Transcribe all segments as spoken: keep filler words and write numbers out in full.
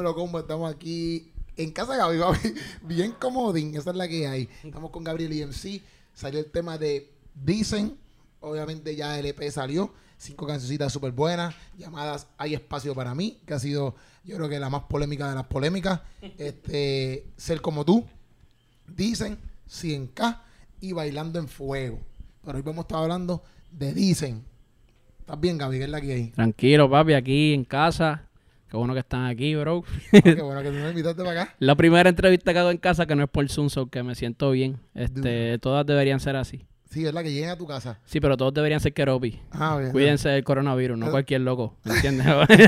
Dímelo, combo, estamos aquí en casa de Gaby, Gaby, bien comodín, esa es la que hay. Estamos con Gabriel E M C, salió el tema de Dicen, obviamente ya el E P salió, cinco cancioncitas súper buenas, llamadas Hay Espacio Para Mí, que ha sido, yo creo que la más polémica de las polémicas, este, Ser Como Tú, Dicen, cien K y Bailando en Fuego. Pero hoy vamos a estar hablando de Dicen. ¿Estás bien, Gaby? ¿Qué es la que hay? Tranquilo, papi, aquí en casa. Qué bueno que están aquí, bro. Ah, qué bueno que tú me invitaste para acá. La primera entrevista que hago en casa que no es por Zoom, so que me siento bien. Este, todas deberían ser así. Sí, es la que lleguen a tu casa. Sí, pero todos deberían ser keropi. Ah, bien. Cuídense del coronavirus, no cualquier loco. ¿Me entiendes?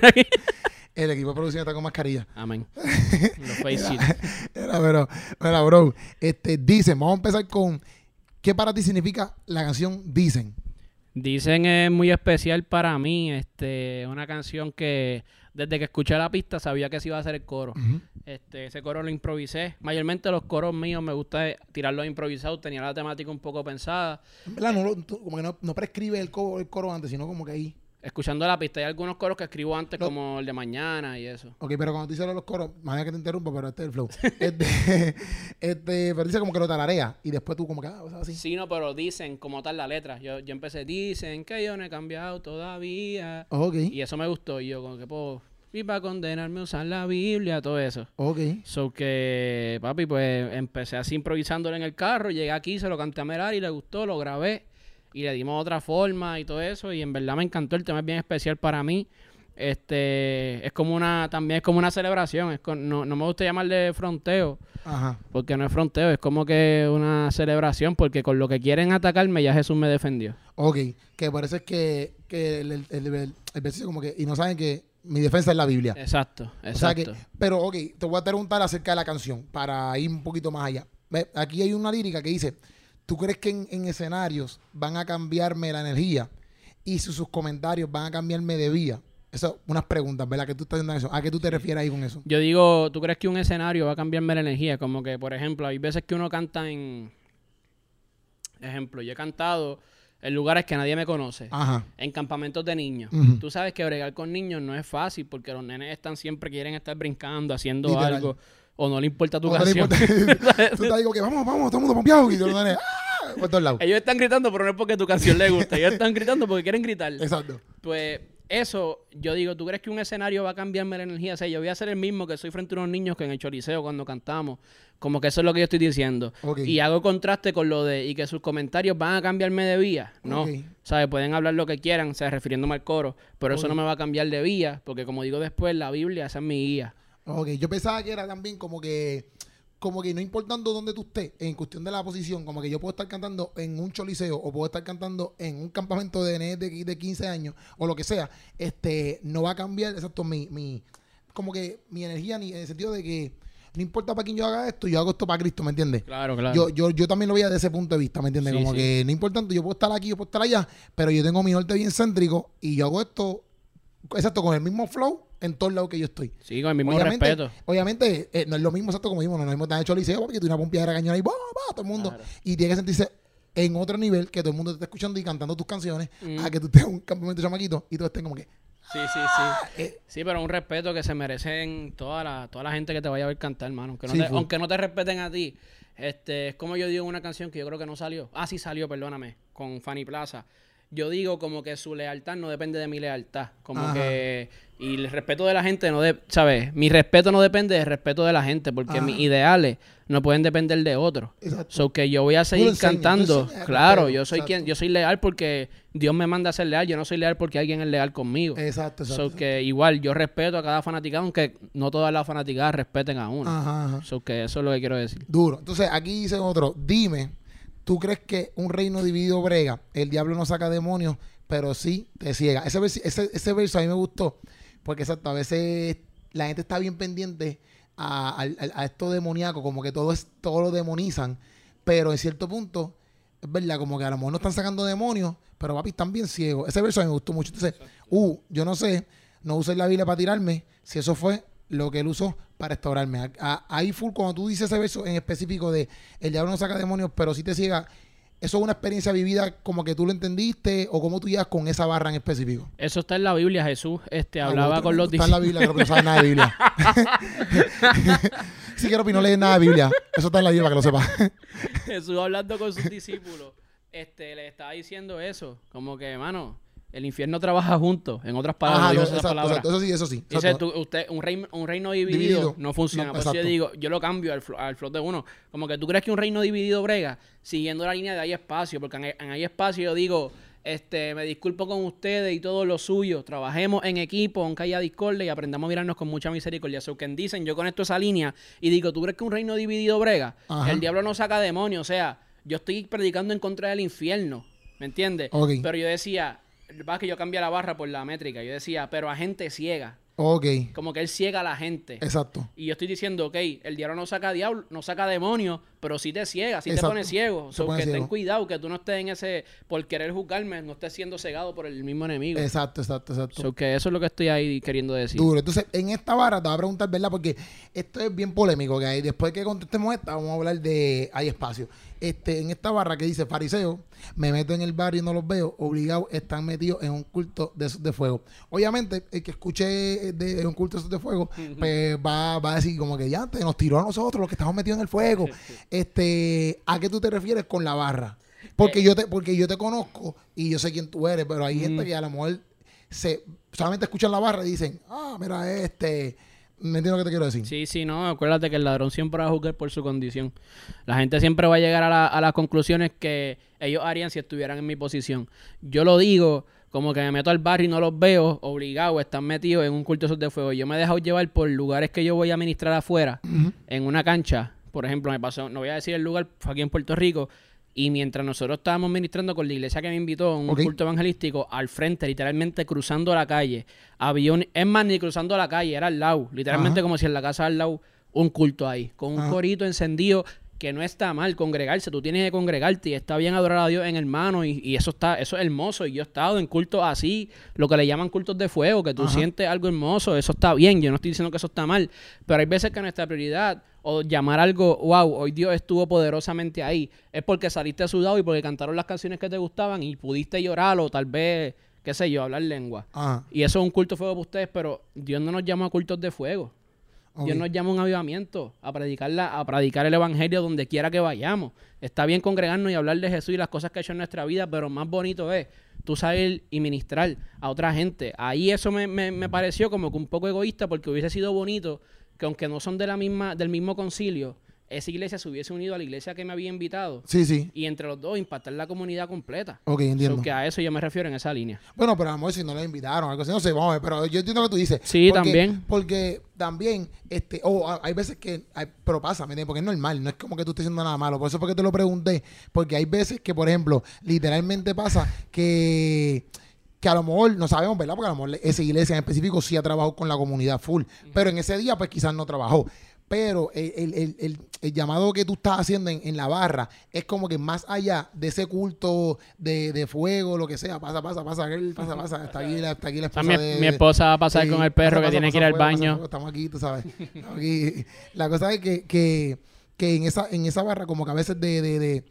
El equipo de producción está con mascarilla. Amén. Los face shield. Era, pero, era, bro. Este, Dicen, vamos a empezar con ¿qué para ti significa la canción Dicen? Dicen es muy especial para mí. Este, una canción que desde que escuché la pista sabía que se iba a hacer el coro. Uh-huh. Este, ese coro lo improvisé. Mayormente los coros míos me gusta tirarlos improvisados. Tenía la temática un poco pensada. En verdad, no, tú, como que no, no prescribe el coro, el coro antes, sino como que ahí. Escuchando la pista, hay algunos coros que escribo antes, no. como el de mañana y eso. Ok, pero cuando dices los coros, más que te interrumpo, pero este es el flow. este, este, pero dice como que lo tararea y después tú como que, ah, o sea, así. Sí, no, pero dicen como tal la letra. Yo, yo empecé, dicen que yo no he cambiado todavía. Ok. Y eso me gustó. Y yo como que, pues, y para condenarme usar la Biblia, todo eso. Ok. So que, papi, pues empecé así improvisándolo en el carro. Llegué aquí, se lo canté a Merari, le gustó, lo grabé. Y le dimos otra forma y todo eso. Y en verdad me encantó. El tema es bien especial para mí. Este, es como una, también es como una celebración. Es con, no, no me gusta llamarle fronteo. Ajá. Porque no es fronteo, es como que una celebración. Porque con lo que quieren atacarme, ya Jesús me defendió. Ok, que parece que, que el, el, el, el, el versículo como que, y no saben que mi defensa es la Biblia. Exacto, exacto. O sea que, pero ok, te voy a preguntar acerca de la canción para ir un poquito más allá. Ve, aquí hay una lírica que dice: ¿tú crees que en, en escenarios van a cambiarme la energía y si sus comentarios van a cambiarme de vía? Esas son unas preguntas, ¿verdad? Que tú estás diciendo eso. ¿A qué tú te refieres ahí con eso? Yo digo, ¿tú crees que un escenario va a cambiarme la energía? Como que, por ejemplo, hay veces que uno canta en... Ejemplo, yo he cantado en lugares que nadie me conoce. Ajá. En campamentos de niños. Uh-huh. Tú sabes que bregar con niños no es fácil porque los nenes están siempre, quieren estar brincando, haciendo literal. Algo. O no le importa tu o canción. No importa. Tú te digo que vamos, vamos, todo el mundo pompeado. Y los nenes, ¡ah! Por todos lados. Ellos están gritando, pero no es porque tu canción les gusta. Ellos están gritando porque quieren gritar. Exacto. Pues eso, yo digo, ¿tú crees que un escenario va a cambiarme la energía? O sea, yo voy a ser el mismo que soy frente a unos niños que en el Choliseo cuando cantamos. Como que eso es lo que yo estoy diciendo. Okay. Y hago contraste con lo de, y que sus comentarios van a cambiarme de vía. No, okay. ¿Sabes? Pueden hablar lo que quieran, o sea, refiriéndome al coro, pero okay. Eso no me va a cambiar de vía, porque como digo después, la Biblia, esa es mi guía. Ok, yo pensaba que era también como que, como que no importando dónde tú estés, en cuestión de la posición, como que yo puedo estar cantando en un choliseo o puedo estar cantando en un campamento de nenes de, de quince años o lo que sea, este, no va a cambiar, exacto, mi, mi, como que mi energía, ni en el sentido de que no importa para quién yo haga esto, yo hago esto para Cristo, ¿me entiendes? Claro, claro. Yo, yo, yo también lo veía desde ese punto de vista, ¿me entiendes? Sí, como sí. Que no importa, yo puedo estar aquí, yo puedo estar allá, pero yo tengo mi norte bien céntrico y yo hago esto, exacto, con el mismo flow en todos lados que yo estoy. Sí, con el mismo obviamente, respeto. Obviamente, eh, no es lo mismo, exacto, como mismo, no es lo mismo estar hecho liceo, porque tú una pompeadera cañona y va, va, todo el mundo. Claro. Y tiene que sentirse en otro nivel, que todo el mundo te esté escuchando y cantando tus canciones, mm. a que tú estés en un campamento de chamaquito y todos estén como que... Sí, sí, sí. Eh, sí, pero un respeto que se merecen toda la, toda la gente que te vaya a ver cantar, hermano. Aunque no, sí, te, aunque no te respeten a ti. Este, es como yo digo en una canción que yo creo que no salió. Ah, sí salió, perdóname, con Fanny Plaza. Yo digo como que su lealtad no depende de mi lealtad. Como Ajá. que... Y el respeto de la gente no... De, ¿sabes? Mi respeto no depende del respeto de la gente. Porque Ajá. mis ideales no pueden depender de otros. Exacto. So que yo voy a seguir enseñas, cantando. Enseñas, claro, respeto, yo soy quien... Yo soy leal porque Dios me manda a ser leal. Yo no soy leal porque alguien es leal conmigo. Exacto, exacto. So exacto. que igual yo respeto a cada fanaticada, aunque no todas las fanaticadas respeten a uno. Ajá, ajá. So que eso es lo que quiero decir. Duro. Entonces, aquí dice otro. Dime, ¿tú crees que un reino dividido brega? El diablo no saca demonios, pero sí te ciega. Ese, vers- ese, ese verso a mí me gustó, porque exacto, a veces la gente está bien pendiente a, a, a esto demoníaco, como que todo es todo lo demonizan, pero en cierto punto, es verdad, como que a lo mejor no están sacando demonios, pero papi, están bien ciegos. Ese verso a mí me gustó mucho. Entonces, uh, yo no sé, no usé la Biblia para tirarme, si eso fue lo que él usó para restaurarme. A, a, ahí full, cuando tú dices ese verso en específico de el diablo no saca demonios, pero sí te ciega, ¿eso es una experiencia vivida como que tú lo entendiste o cómo tú llegas con esa barra en específico? Eso está en la Biblia. Jesús este, hablaba ah, con los discípulos. Está en la Biblia, pero no sabes nada de Biblia. Sí, quiero que no lees nada de Biblia. Eso está en la Biblia, para que lo sepas. Jesús hablando con sus discípulos, este, le estaba diciendo eso. Como que, hermano, el infierno trabaja juntos. En otras palabras, Ajá, dijo no, esas exacto, palabras. exacto, eso sí, eso sí. Dice, tú, usted, un, reino, un reino dividido, dividido no funciona. No, Por eso yo digo, yo lo cambio al, al flow de uno. Como que tú crees que un reino dividido brega, siguiendo la línea de hay espacio. Porque en, en hay espacio yo digo, este, me disculpo con ustedes y todo lo suyo. Trabajemos en equipo, aunque haya discordia y aprendamos a mirarnos con mucha misericordia. So, que dicen, yo conecto esa línea y digo, ¿tú crees que un reino dividido brega? Ajá. El diablo no saca demonios. O sea, yo estoy predicando en contra del infierno. ¿Me entiendes? Okay. Pero yo decía... Va que yo cambié la barra por la métrica. Yo decía, pero a gente ciega. Ok. Como que él ciega a la gente. Exacto. Y yo estoy diciendo, ok, el diablo no saca diablo, no saca demonios, pero sí te ciega, sí Exacto. te pone ciego. So, pone que ciego. ten cuidado, que tú no estés en ese, por querer juzgarme, no estés siendo cegado por el mismo enemigo. Exacto, exacto, exacto. So, que eso es lo que estoy ahí queriendo decir. Duro. Entonces, en esta barra te voy a preguntar, ¿verdad? Porque esto es bien polémico, que hay. Después que contestemos esta, vamos a hablar de hay espacio. Este, en esta barra que dice fariseo, me meto en el barrio y no los veo, obligados están metidos en un culto de esos de fuego. Obviamente, el que escuche de, de un culto de esos de fuego, uh-huh. pues va, va a decir como que ya antes nos tiró a nosotros los que estamos metidos en el fuego. este, ¿a qué tú te refieres con la barra? Porque eh. yo te, porque yo te conozco y yo sé quién tú eres, pero hay uh-huh. gente que a lo mejor se solamente escuchan la barra y dicen, ah, mira, este... ¿Me entiendes lo que te quiero decir? Sí, sí, no. Acuérdate que el ladrón siempre va a juzgar por su condición. La gente siempre va a llegar a, la, a las conclusiones que ellos harían si estuvieran en mi posición. Yo lo digo como que me meto al barrio y no los veo, obligado, están metidos en un culto de fuego. Yo me he dejado llevar por lugares que yo voy a ministrar afuera, uh-huh. en una cancha. Por ejemplo, me pasó, no voy a decir el lugar, fue aquí en Puerto Rico. Y mientras nosotros estábamos ministrando con la iglesia que me invitó a un okay. culto evangelístico, al frente, literalmente cruzando la calle, había un... Es más, ni cruzando la calle, era al lado. Literalmente Ajá. como si en la casa al lado, un culto ahí. Con un Ajá. corito encendido, que no está mal congregarse. Tú tienes que congregarte y está bien adorar a Dios en hermano. Y, y eso está eso es hermoso. Y yo he estado en cultos así, lo que le llaman cultos de fuego, que tú Ajá. sientes algo hermoso. Eso está bien. Yo no estoy diciendo que eso está mal. Pero hay veces que nuestra prioridad... o llamar algo, wow, hoy Dios estuvo poderosamente ahí, es porque saliste sudado y porque cantaron las canciones que te gustaban y pudiste llorar o tal vez, qué sé yo, hablar lengua. Ajá. Y eso es un culto de fuego para ustedes, pero Dios no nos llama a cultos de fuego. Okay. Dios nos llama a un avivamiento, a predicar, la, a predicar el evangelio donde quiera que vayamos. Está bien congregarnos y hablar de Jesús y las cosas que ha hecho en nuestra vida, pero más bonito es tú saber y ministrar a otra gente. Ahí eso me, me, me pareció como que un poco egoísta, porque hubiese sido bonito que aunque no son de la misma, del mismo concilio, esa iglesia se hubiese unido a la iglesia que me había invitado. Sí, sí. Y entre los dos impactar la comunidad completa. Ok, entiendo. So, que a eso yo me refiero en esa línea. Bueno, pero a lo mejor si no la invitaron, algo así, no sé, vamos a ver, pero yo entiendo lo que tú dices. Sí, porque, también. Porque también, este, o oh, hay veces que, hay, pero pasa, ¿me entiendes? Porque es normal, no es como que tú estés haciendo nada malo. Por eso fue que te lo pregunté, porque hay veces que, por ejemplo, literalmente pasa que... que a lo mejor, no sabemos, ¿verdad? Porque a lo mejor esa iglesia en específico sí ha trabajado con la comunidad full. Uh-huh. Pero en ese día, pues quizás no trabajó. Pero el, el, el, el, el llamado que tú estás haciendo en, en la barra es como que más allá de ese culto de, de fuego, lo que sea, pasa, pasa, pasa, pasa, pasa, hasta aquí, hasta aquí la esposa mi, de, mi esposa va a pasar de, con el perro pasa, que pasa, tiene pasa, que ir al fuego, baño. Pasa, estamos aquí, tú sabes. Estamos aquí. La cosa es que, que, que en esa en esa barra como que a veces de, de, de,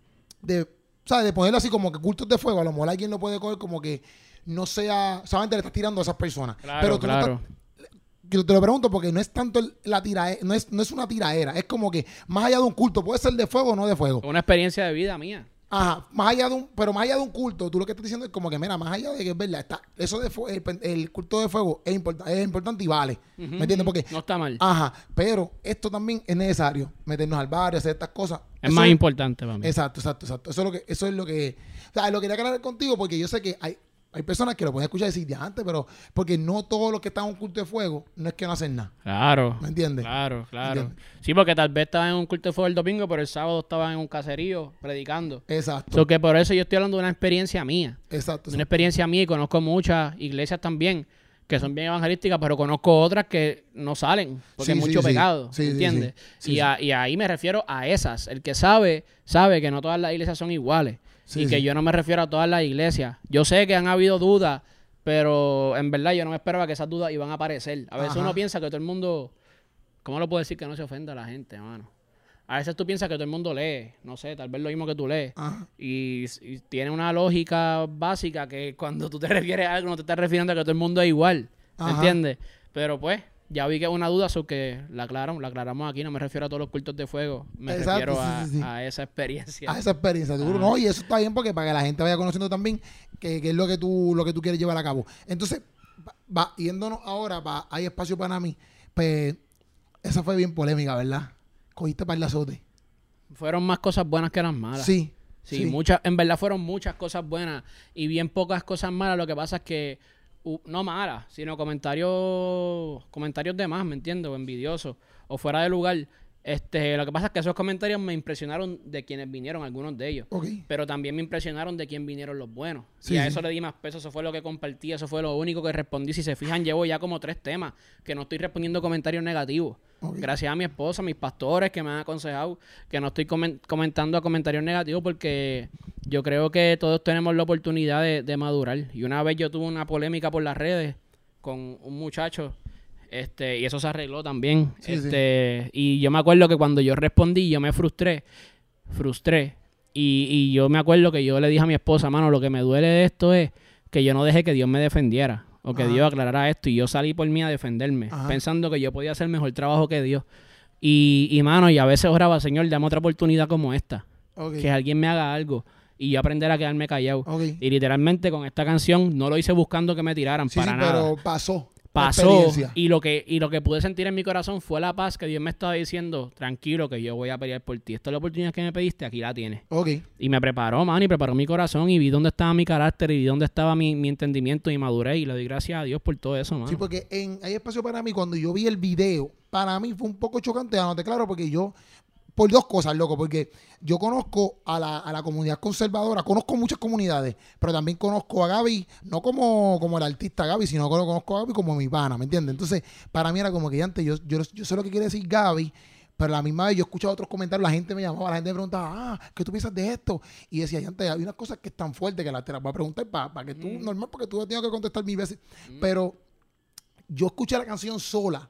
de, ¿sabes? De ponerlo así como que cultos de fuego, a lo mejor alguien lo puede coger como que no sea, solamente le estás tirando a esas personas. Claro, pero tú claro. no estás, yo te lo pregunto porque no es tanto el, la tiraera, no es, no es una tiraera, es como que más allá de un culto, puede ser de fuego o no de fuego. Una experiencia de vida mía. Ajá, más allá de un, pero más allá de un culto, tú lo que estás diciendo es como que, mira, más allá de que es verdad, está, eso de fuego, el, el culto de fuego es, import, es importante y vale. Uh-huh, ¿me entiendes? Porque no está mal. Ajá, pero esto también es necesario, meternos al barrio, hacer estas cosas. Es más es, importante para mí. Exacto, exacto, exacto. Eso es lo que, eso es lo que, o sea, lo quería aclarar contigo porque yo sé que hay Hay personas que lo pueden escuchar y decir ya antes, pero porque no todos los que están en un culto de fuego no es que no hacen nada. Claro. ¿Me entiendes? Claro, claro. ¿Entiendes? Sí, porque tal vez estaban en un culto de fuego el domingo, pero el sábado estaban en un caserío predicando. Exacto. So que por eso yo estoy hablando de una experiencia mía. Exacto. Una experiencia mía y conozco muchas iglesias también que son bien evangelísticas, pero conozco otras que no salen porque sí, hay mucho sí, pecado, sí. ¿entiendes? Sí, sí. Sí, y, sí. A, y ahí me refiero a esas. El que sabe, sabe que no todas las iglesias son iguales. Sí, y que sí. yo no me refiero a todas las iglesias. Yo sé que han habido dudas, pero en verdad yo no me esperaba que esas dudas iban a aparecer. A veces Ajá. uno piensa que todo el mundo... ¿Cómo lo puedo decir que no se ofenda a la gente, hermano? a veces tú piensas que todo el mundo lee, no sé, tal vez lo mismo que tú lees. Y, y tiene una lógica básica que cuando tú te refieres a algo no te estás refiriendo a que todo el mundo es igual, ¿me entiendes? Pero pues, ya vi que es una duda, so que la aclaramos, la aclaramos aquí, no me refiero a todos los cultos de fuego, me Exacto, refiero sí, a, sí, sí. a esa experiencia. A esa experiencia, seguro, ¿no? Y eso está bien porque para que la gente vaya conociendo también que, que es lo que tú lo que tú quieres llevar a cabo. Entonces, va yéndonos ahora, pa, hay espacio para mí, pues, esa fue bien polémica, ¿verdad? Cogiste para el azote. Fueron más cosas buenas que las malas. Sí. Sí, sí. Muchas, en verdad fueron muchas cosas buenas y bien pocas cosas malas. Lo que pasa es que, uh, no malas, sino comentarios comentarios de más, ¿me entiendes? O envidiosos, o fuera de lugar. Este, lo que pasa es que esos comentarios me impresionaron de quienes vinieron, algunos de ellos. Okay. Pero también me impresionaron de quién vinieron los buenos. Sí, y a sí. eso le di más peso, eso fue lo que compartí, eso fue lo único que respondí. Si se fijan, llevo ya como tres temas que no estoy respondiendo comentarios negativos. Okay. Gracias a mi esposa, a mis pastores que me han aconsejado que no estoy coment comentando a comentarios negativos porque yo creo que todos tenemos la oportunidad de, de madurar. Y una vez yo tuve una polémica por las redes con un muchacho este y eso se arregló también. Sí, este sí. Y yo me acuerdo que cuando yo respondí, yo me frustré, frustré. Y, y yo me acuerdo que yo le dije a mi esposa, mano, lo que me duele de esto es que yo no dejé que Dios me defendiera. O que Ajá. Dios aclarara esto. Y yo salí por mí a defenderme. Ajá. Pensando que yo podía hacer mejor trabajo que Dios. Y, y mano, y a veces oraba, Señor, dame otra oportunidad como esta. Okay. Que alguien me haga algo. Y yo aprender a quedarme callado. Okay. Y literalmente con esta canción no lo hice buscando que me tiraran sí, para sí, nada. Pero pasó. Pasó. Y lo que y lo que pude sentir en mi corazón fue la paz que Dios me estaba diciendo, tranquilo que yo voy a pelear por ti. Esta es la oportunidad que me pediste, aquí la tienes. Okay. Y me preparó, man, y preparó mi corazón y vi dónde estaba mi carácter y vi dónde estaba mi, mi entendimiento y madurez. Y le doy gracias a Dios por todo eso, man. Sí, porque en Hay Espacio para mí, cuando yo vi el video, para mí fue un poco chocante, no te claro, porque yo... Por dos cosas, loco, porque yo conozco a la, a la comunidad conservadora, conozco muchas comunidades, pero también conozco a Gaby, no como, como el artista Gaby, sino que lo conozco a Gaby como mi pana, ¿me entiendes? Entonces, para mí era como que antes, yo, yo, yo sé lo que quiere decir Gaby, pero a la misma vez yo escuchaba otros comentarios, la gente me llamaba, la gente me preguntaba, ah, ¿qué tú piensas de esto? Y decía, antes hay unas cosas que están fuertes que las te las voy a preguntar para pa que tú, mm. normal, porque tú tienes que contestar mil veces. Mm. Pero yo escuché la canción sola.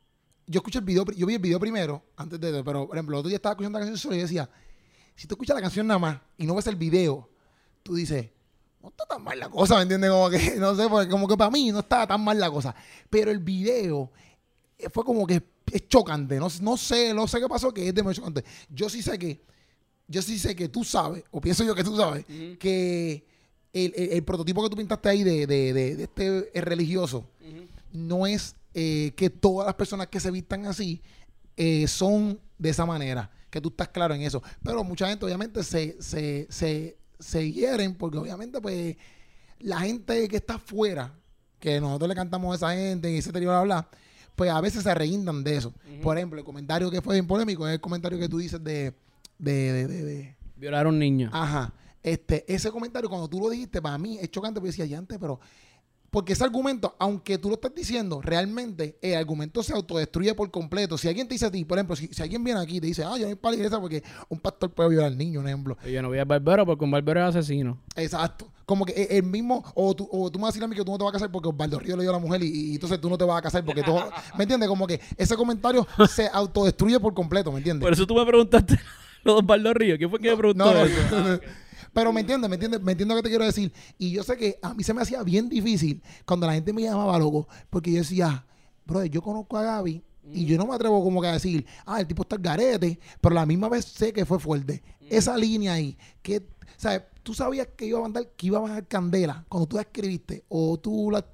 Yo escuché el video, yo vi el video primero, antes de eso, pero por ejemplo, el otro día estaba escuchando la canción solo y decía, si tú escuchas la canción nada más y no ves el video, tú dices, no está tan mal la cosa, ¿me entiendes? Como que, no sé, porque como que para mí no estaba tan mal la cosa. Pero el video fue como que es chocante, no, no sé, no sé qué pasó, que es de muy chocante. Yo sí sé que, yo sí sé que tú sabes, o pienso yo que tú sabes, uh-huh. que el, el, el prototipo que tú pintaste ahí de, de, de, de este religioso uh-huh. no es Eh, que todas las personas que se vistan así eh, son de esa manera, que tú estás claro en eso, pero mucha gente obviamente se, se, se, se hieren porque obviamente pues la gente que está afuera, que nosotros le cantamos a esa gente y ese bla, bla, bla, pues a veces se reguindan de eso. Uh-huh. Por ejemplo, el comentario que fue bien polémico es el comentario que tú dices de de, de, de, de violar a un niño. Ajá. Este, ese comentario cuando tú lo dijiste para mí es chocante porque decía, ya antes, pero porque ese argumento, aunque tú lo estás diciendo, realmente el argumento se autodestruye por completo. Si alguien te dice a ti, por ejemplo, si, si alguien viene aquí y te dice, ah, yo no voy para la iglesia porque un pastor puede violar al niño, por ejemplo. Yo no voy al barbero porque un barbero es asesino. Exacto. Como que el mismo, o tú, o tú me vas a decir a mí que tú no te vas a casar porque Osvaldo Río le dio a la mujer y, y entonces tú no te vas a casar porque tú... ¿Me entiendes? Como que ese comentario se autodestruye por completo, ¿me entiendes? Por eso tú me preguntaste lo de Osvaldo Río. ¿Quién fue que me preguntó no, no, eso? No, no, no. Pero me entiendes, me entiendes, me entiendo lo que te quiero decir. Y yo sé que a mí se me hacía bien difícil cuando la gente me llamaba loco, porque yo decía, brother, yo conozco a Gaby mm. y yo no me atrevo como que a decir, ah, el tipo está al garete, pero a la misma vez sé que fue fuerte. Mm. Esa línea ahí, que, ¿sabes? Tú sabías que iba a mandar, que iba a bajar candela cuando tú la escribiste, o tú la...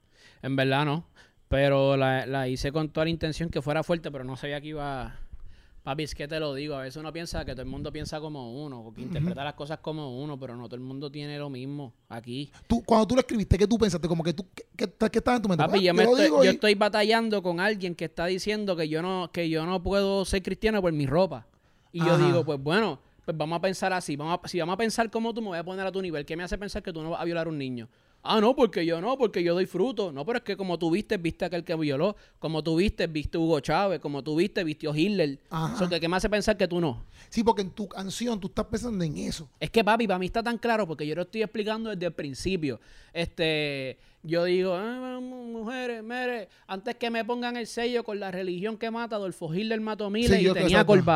En verdad no, pero la, la hice con toda la intención que fuera fuerte, pero no sabía que iba... Papi, es que te lo digo, a veces uno piensa que todo el mundo piensa como uno, porque uh-huh. interpreta las cosas como uno, pero no todo el mundo tiene lo mismo aquí. Tú, cuando tú lo escribiste, ¿qué tú pensaste? Como que tú, ¿qué, qué, qué estaba en tu mente? Papi, yo, me estoy, yo y... estoy batallando con alguien que está diciendo que yo no, que yo no puedo ser cristiano por mi ropa. Y Ajá. yo digo, pues bueno, pues vamos a pensar así, vamos a, si vamos a pensar como tú, me voy a poner a tu nivel. ¿Qué me hace pensar que tú no vas a violar a un niño? Ah, no, porque yo no, porque yo doy fruto. No, pero es que como tú viste, viste a aquel que violó. Como tú viste, viste a Hugo Chávez. Como tú viste, viste a Hitler. Eso que, ¿qué me hace pensar que tú no? Sí, porque en tu canción tú estás pensando en eso. Es que, papi, para mí está tan claro porque yo lo estoy explicando desde el principio. Este, yo digo, ah, mujeres, mire, antes que me pongan el sello con la religión que mata, Adolfo Hitler mató miles sí, y tenía corbata.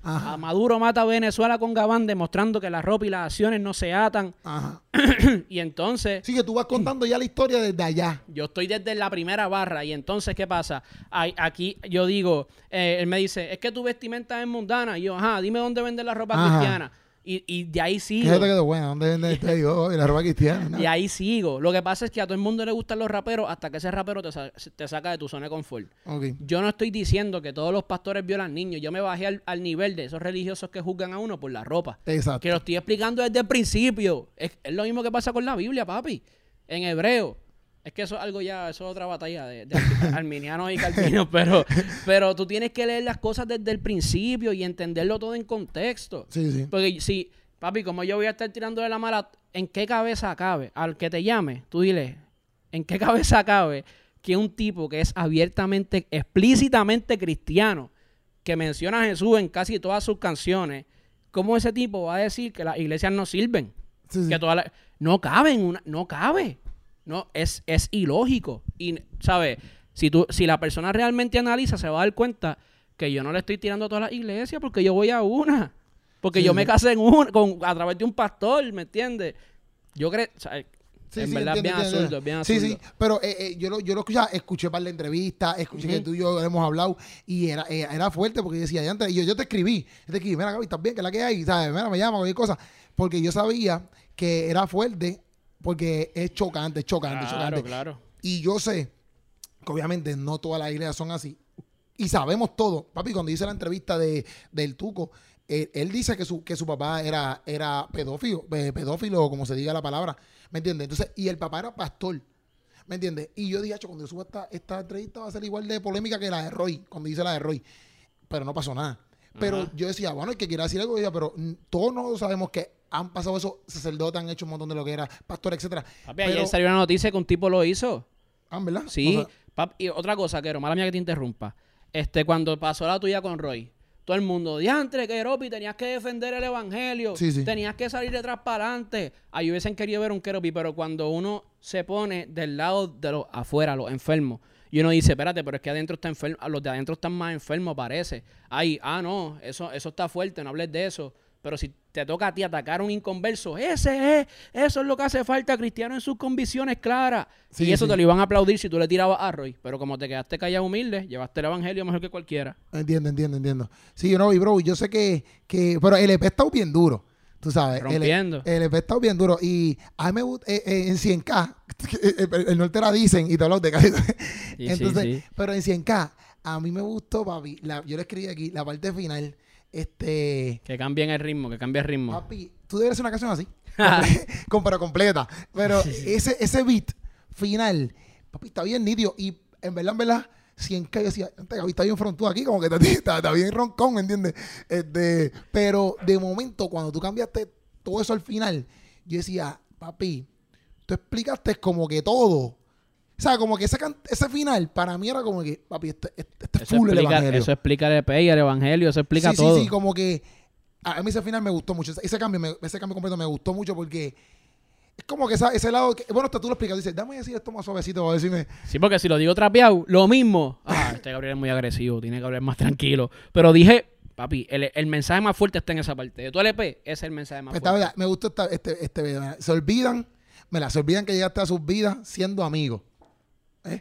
Ajá. A Maduro mata a Venezuela con Gabán, demostrando que la ropa y las acciones no se atan. Ajá. Y entonces... Sí, que tú vas contando ya la historia desde allá. Yo estoy desde la primera barra. Y entonces, ¿qué pasa? Hay, aquí yo digo, eh, él me dice, es que tu vestimenta es mundana. Y yo, ajá, dime dónde venden la ropa Ajá. cristiana. Y, y de ahí sigo. ¿Qué te quedó buena? ¿Dónde vende este yo? Y la ropa cristiana. ¿No? Y ahí sigo. Lo que pasa es que a todo el mundo le gustan los raperos hasta que ese rapero te, sa te saca de tu zona de confort. Okay. Yo no estoy diciendo que todos los pastores violan niños. Yo me bajé al, al nivel de esos religiosos que juzgan a uno por la ropa. Exacto. Que lo estoy explicando desde el principio. Es, es lo mismo que pasa con la Biblia, papi. En hebreo. Es que eso es algo ya, eso es otra batalla de, de arminianos y calvinos, pero, pero tú tienes que leer las cosas desde el principio y entenderlo todo en contexto. Sí, sí. Porque si, papi, como yo voy a estar tirando de la mala, ¿en qué cabeza cabe? Al que te llame, tú dile, ¿en qué cabeza cabe que un tipo que es abiertamente, explícitamente cristiano, que menciona a Jesús en casi todas sus canciones, cómo ese tipo va a decir que las iglesias no sirven? Sí, sí. Que todas las, no caben, una, no cabe. No, es, es ilógico. Y, ¿sabes? Si tú, si la persona realmente analiza, se va a dar cuenta que yo no le estoy tirando a todas las iglesias porque yo voy a una. Porque sí, yo sí. me casé en una, con, a través de un pastor, ¿me entiendes? Yo creo... Sí, en sí, verdad entiendo, es bien entiendo. absurdo, es bien absurdo. Sí, sí, pero eh, eh, yo lo, yo lo escuchaba, escuché para la entrevista, escuché uh-huh. que tú y yo hemos hablado y era, eh, era fuerte porque yo decía, ya antes, y yo, yo te escribí, yo te escribí, mira Gaby, ¿estás bien? ¿Qué es la que hay? ¿Sabes? Mira, me llama, cualquier cosa. Porque yo sabía que era fuerte porque es chocante, es chocante, claro, chocante. Claro. Y yo sé que obviamente no todas las iglesias son así. Y sabemos todo. Papi, cuando hice la entrevista de, del Tuco, él, él dice que su, que su papá era, era pedófilo, pedófilo, como se diga la palabra. ¿Me entiendes? Entonces, y el papá era pastor. ¿Me entiendes? Y yo dije, cuando yo suba esta, esta entrevista va a ser igual de polémica que la de Roy, cuando hice la de Roy. Pero no pasó nada. Pero Ajá. yo decía, bueno, el que quiera decir algo, decía, pero todos nosotros sabemos que han pasado eso, sacerdotes han hecho un montón de lo que era, pastor, etcétera. Papi, pero, ayer salió una noticia que un tipo lo hizo. Ah, ¿verdad? Sí. O sea, papi, y otra cosa, Quero, mala mía que te interrumpa. Este, cuando pasó la tuya con Roy, todo el mundo, diantre, Keropi, tenías que defender el evangelio, sí, sí. tenías que salir detrás para adelante. Ahí hubiesen querido ver un Keropi, pero cuando uno se pone del lado de los afuera, los enfermos, y uno dice, espérate, pero es que adentro está enfermo, los de adentro están más enfermos, parece. Ay, ah, no, eso, eso está fuerte, no hables de eso. Pero si te toca a ti atacar a un inconverso, ese es, eso es lo que hace falta, cristiano en sus convicciones claras. Sí, y eso sí. te lo iban a aplaudir si tú le tirabas a Roy. Pero como te quedaste callado humilde, llevaste el evangelio mejor que cualquiera. Entiendo, entiendo, entiendo. Sí, yo no, y bro, yo sé que, que pero el E P está bien duro, tú sabes. Rompiendo. El, el E P está bien duro. Y a mí me gusta, eh, eh, en cien K, el, el norte la dicen y todos los de sí, entonces, sí, sí. Pero en cien K, a mí me gustó, papi, la, yo le escribí aquí, la parte final. Este... Que cambien el ritmo, que cambie el ritmo. Papi, tú deberías hacer una canción así. con, pero completa. Pero sí, sí. ese ese beat final, papi, está bien nítido. Y en verdad, en verdad, cien K, yo decía, Gaby está bien frontudo aquí, como que está, está, está bien roncón, ¿entiendes? Este, pero de momento, cuando tú cambiaste todo eso al final, yo decía, papi, tú explicaste como que todo. O sea, como que ese, ese final para mí era como que, papi, este, este, este es full explica, el evangelio. Eso explica el E P y el evangelio, eso explica sí, todo. Sí, sí, como que a mí ese final me gustó mucho. Ese cambio, me, ese cambio completo me gustó mucho porque es como que esa, ese lado, que, bueno, hasta tú lo explicas, dices, dame decir esto más suavecito para decirme. Sí, porque si lo digo trapeado, lo mismo. Ah, este Gabriel es muy agresivo, tiene que hablar más tranquilo. Pero dije, papi, el, el mensaje más fuerte está en esa parte. De tu L P, ese es el mensaje más pues fuerte. Está, me gustó esta, este, este video. Se olvidan, mira, se olvidan que llegaste a sus vidas siendo amigos. ¿Eh?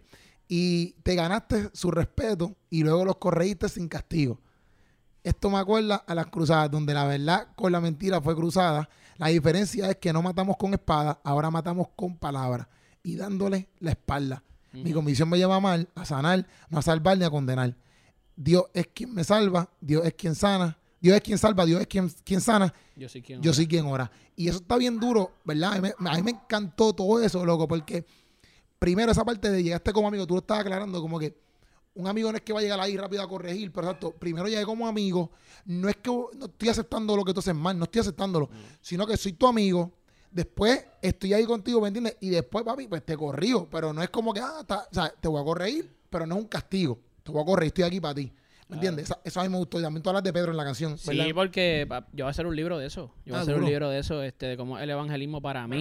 Y te ganaste su respeto y luego los corregiste sin castigo. Esto me acuerda a las cruzadas, donde la verdad con la mentira fue cruzada. La diferencia es que no matamos con espada, ahora matamos con palabras y dándole la espalda. Uh-huh. Mi convicción me lleva a mal, a sanar, no a salvar ni a condenar. Dios es quien me salva, Dios es quien sana, Dios es quien salva, Dios es quien, quien sana, yo soy quien, yo soy quien ora. Y eso está bien duro, ¿verdad? A mí, a mí me encantó todo eso, loco, porque primero esa parte de llegaste como amigo, tú lo estabas aclarando como que un amigo no es que va a llegar ahí rápido a corregir, pero exacto, primero llegué como amigo, no es que no estoy aceptando lo que tú haces mal, no estoy aceptándolo, mm. sino que soy tu amigo, después estoy ahí contigo, ¿me entiendes? Y después, papi, pues te corrijo, pero no es como que, ah, está, o sea, te voy a corregir, pero no es un castigo, te voy a corregir, estoy aquí para ti. ¿Me entiendes? Claro. Eso, eso a mí me gustó. Y también tú hablas de Pedro en la canción, ¿verdad? Sí, porque yo voy a hacer un libro de eso. Yo voy ah, a hacer duro. un libro de eso, este, de cómo el evangelismo para mí.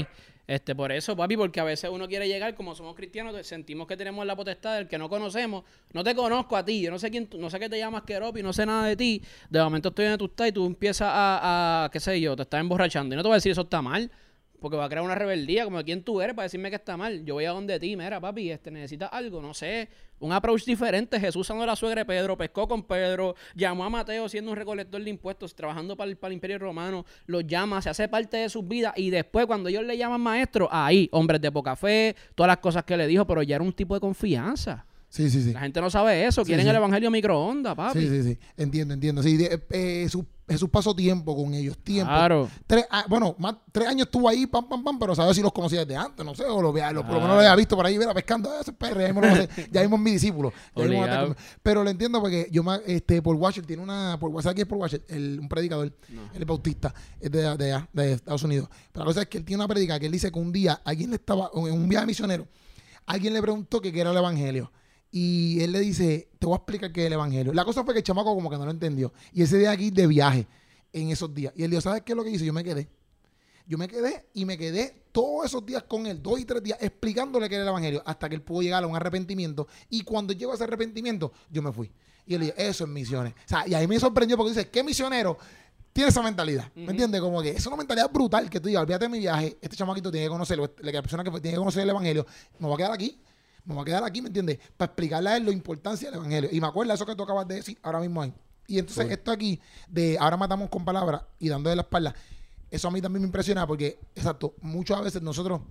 Este, por eso, papi, porque a veces uno quiere llegar, como somos cristianos, sentimos que tenemos la potestad del que no conocemos. No te conozco a ti, yo no sé quién, tú- no sé qué te llamas Keropi, no sé nada de ti. De momento estoy donde tú estás y tú empiezas a, a, qué sé yo, te estás emborrachando. Y no te voy a decir eso está mal, porque va a crear una rebeldía, como quién tú eres para decirme que está mal. Yo voy a donde ti, mira, papi, este, necesitas algo, no sé, un approach diferente. Jesús sanó a la suegra de Pedro, pescó con Pedro, llamó a Mateo siendo un recolector de impuestos, trabajando para el, para el Imperio Romano, los llama, se hace parte de sus vidas y después cuando ellos le llaman maestro, ahí, hombres de poca fe, todas las cosas que le dijo, pero ya era un tipo de confianza. Sí, sí, sí. La gente no sabe eso, Sí, quieren sí. el evangelio microondas, papi. Sí, sí, sí. Entiendo, entiendo. Sí, de- eh, Jesús, Jesús pasó tiempo con ellos. Tiempo. Claro. Tres, ah, bueno, más, tres años estuvo ahí, pam, pam, pam, pero sabes si los conocía desde antes, no sé, o lo, vea- lo- por lo menos lo había visto por ahí, mira, pescando, ah, ese perro, ya mismo, lo conocé, ya mismo es mi discípulo. Ya mismo va a estar Obligado. conmigo. Pero lo entiendo porque yo, me- este, por Washer, tiene una, por WhatsApp, aquí es por Washer, el, un predicador, No. él es bautista, es de, de, allá, de Estados Unidos. Pero la cosa es que él tiene una predica que él dice que un día, alguien le estaba, en un viaje misionero, alguien le preguntó que qué era el evangelio. Y él le dice, te voy a explicar qué es el evangelio. La cosa fue que el chamaco como que no lo entendió. Y ese día aquí de viaje, en esos días. Y él dijo, ¿sabes qué es lo que hizo? Yo me quedé. Yo me quedé y me quedé todos esos días con él, dos y tres días, explicándole qué era el evangelio, hasta que él pudo llegar a un arrepentimiento. Y cuando llegó a ese arrepentimiento, yo me fui. Y él dijo, eso es misiones. O sea, y ahí me sorprendió porque dice, ¿qué misionero tiene esa mentalidad? ¿Me Ujú. entiendes? Como que es una mentalidad brutal que tú digas, olvídate de mi viaje, este chamaquito tiene que conocerlo, la persona que fue- tiene que conocer el evangelio, me va a quedar aquí. Me voy a quedar aquí, ¿me entiendes? Para explicarle a él la importancia del evangelio. Y me acuerdo eso que tú acabas de decir ahora mismo ahí. Y entonces Cool. esto aquí, de ahora matamos con palabras y dándole la espalda, eso a mí también me impresiona porque, exacto, muchas veces nosotros,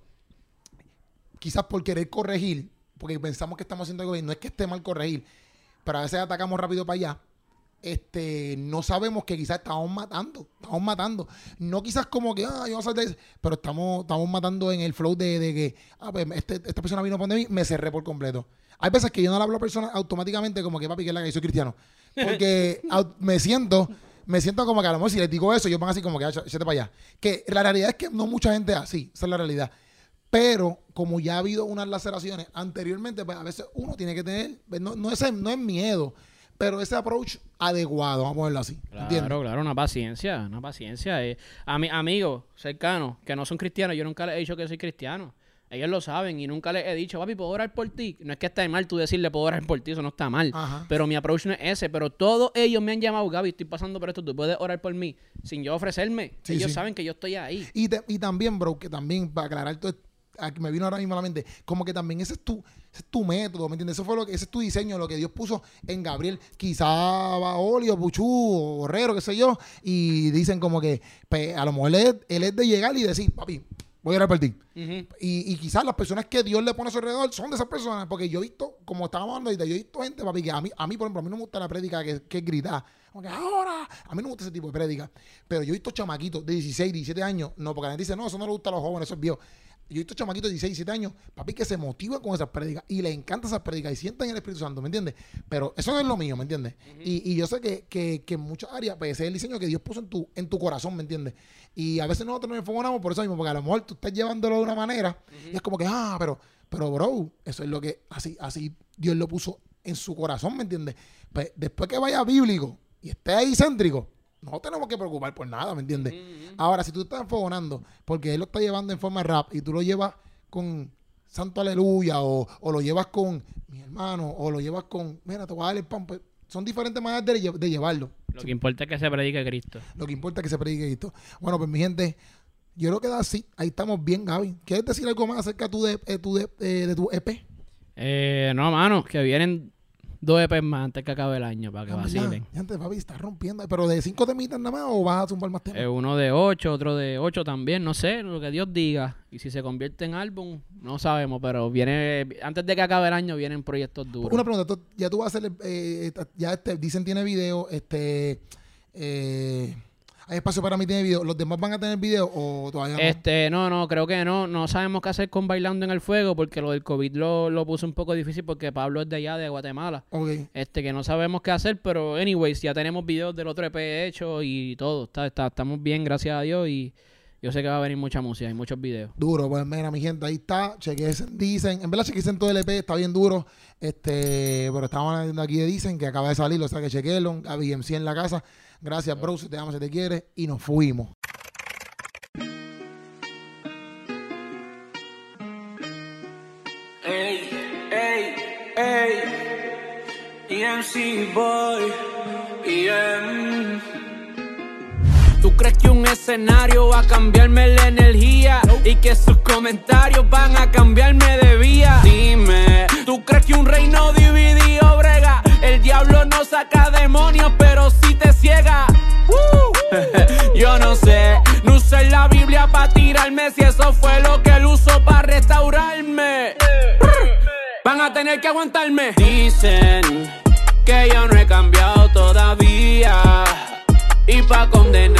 quizás por querer corregir, porque pensamos que estamos haciendo algo bien, no es que esté mal corregir, pero a veces atacamos rápido para allá. Este, no sabemos que quizás estamos matando, estamos matando. No quizás como que, ah, yo voy a salir de eso, pero estamos, estamos matando en el flow de, de que, ah, pues este, esta persona vino a poner mí, me cerré por completo. Hay veces que yo no le hablo a personas automáticamente como que, papi, que es la que soy cristiano. Porque au- me siento, me siento como que a lo mejor si les digo eso, ellos van así como que, ah, échate para allá. Que la realidad es que no mucha gente es así, esa es la realidad. Pero como ya ha habido unas laceraciones anteriormente, pues a veces uno tiene que tener, no, no, es, no es miedo, pero ese approach adecuado, vamos a ponerlo así. ¿Entiendes? Claro, claro, una paciencia, una paciencia. Eh. A mis amigos cercanos que no son cristianos, yo nunca les he dicho que soy cristiano. Ellos lo saben y nunca les he dicho, papi, ¿puedo orar por ti? No es que esté mal tú decirle, puedo orar por ti, eso no está mal. Ajá. Pero mi approach no es ese. Pero todos ellos me han llamado, Gaby, estoy pasando por esto, tú puedes orar por mí, sin yo ofrecerme. Sí, ellos sí. saben que yo estoy ahí. Y, te- y también, bro, que también, para aclarar todo esto, a- me vino ahora mismo a la mente, como que también ese es tu, ese es tu método, ¿me entiendes? Eso fue lo que, ese es tu diseño, lo que Dios puso en Gabriel, quizá Baoli o Puchú o Borrero, qué sé yo, y dicen como que, pues, a lo mejor él es, él es de llegar y decir, papi, voy a orar por ti. Ujú. Y, y quizás las personas que Dios le pone a su alrededor son de esas personas, porque yo he visto, como estábamos hablando ahorita, yo he visto gente, papi, que a mí, a mí por ejemplo, a mí no me gusta la prédica que, que es gritar, como que ahora, a mí no me gusta ese tipo de prédica, pero yo he visto chamaquitos de dieciséis, diecisiete años, no, porque la gente dice, no, eso no le gusta a los jóvenes, eso es viejo. Yo he visto chamaquitos de dieciséis, diecisiete años, papi, que se motivan con esas prédicas y les encanta esas prédicas y sienten el Espíritu Santo, ¿me entiendes? Pero eso no es lo mío, ¿me entiendes? Ujú. y, y yo sé que, que, que en muchas áreas, pues ese es el diseño que Dios puso en tu, en tu corazón, ¿me entiendes? Y a veces nosotros nos enfogonamos por eso mismo, porque a lo mejor tú estás llevándolo de una manera y es como que, ah, pero, pero bro, eso es lo que, así, así Dios lo puso en su corazón, ¿me entiendes? Pues después que vaya bíblico y esté ahí céntrico, no tenemos que preocupar por nada, ¿me entiendes? Ujú. Ahora, si tú estás enfogonando porque él lo está llevando en forma de rap y tú lo llevas con Santo Aleluya o, o lo llevas con mi hermano o lo llevas con, mira, te voy a dar el pan, pues, son diferentes maneras de, lle- de llevarlo. Lo que importa es que se predique Cristo. Lo que importa es que se predique esto. Bueno, pues mi gente, yo creo que da así, ahí estamos bien, Gaby. ¿Quieres decir algo más acerca tú de, eh, tú de, eh, de tu E P? Eh, no, mano, que vienen dos E Pes más antes que acabe el año para que Ah, vacilen. ¿verdad? Ya antes, papi, estás rompiendo. Pero de cinco temitas nada más o vas a zumbar más temas. Eh, uno de ocho, otro de ocho también, no sé, lo que Dios diga. Y si se convierte en álbum, no sabemos, pero viene antes de que acabe el año vienen proyectos duros. Una pregunta, tú- ya tú vas a hacer, eh, ya este, dicen tiene video, este, eh, hay espacio para mí tiene video. ¿Los demás van a tener video o todavía no? Este, no, no, creo que no. No sabemos qué hacer con Bailando en el Fuego porque lo del COVID lo, lo puso un poco difícil porque Pablo es de allá, de Guatemala. Ok. Este, que no sabemos qué hacer, pero anyways, ya tenemos videos del otro E P hecho y todo. Está, está, estamos bien, gracias a Dios, y yo sé que va a venir mucha música y muchos videos. Duro, pues mira, mi gente, ahí está. Chequesen, dicen. En verdad, chequesen todo el E P, está bien duro. Este, pero estamos viendo aquí de Dicen que acaba de salir, o sea que chequenlo. A B M C en la casa. Gracias, bro. Se te ama, se te quiere. Y nos fuimos. Ey, ey, ey. E M C Boy. E M. ¿Tú crees que un escenario va a cambiarme la energía? Y que sus comentarios van a cambiarme de vía. Dime, ¿tú crees que un reino dividido brega? El diablo no saca demonios, pero sí te ciega. Uh. Yo no sé, no usé la Biblia para tirarme, si eso fue lo que él usó para restaurarme. Van a tener que aguantarme. Dicen que yo no he cambiado todavía, y pa' condenar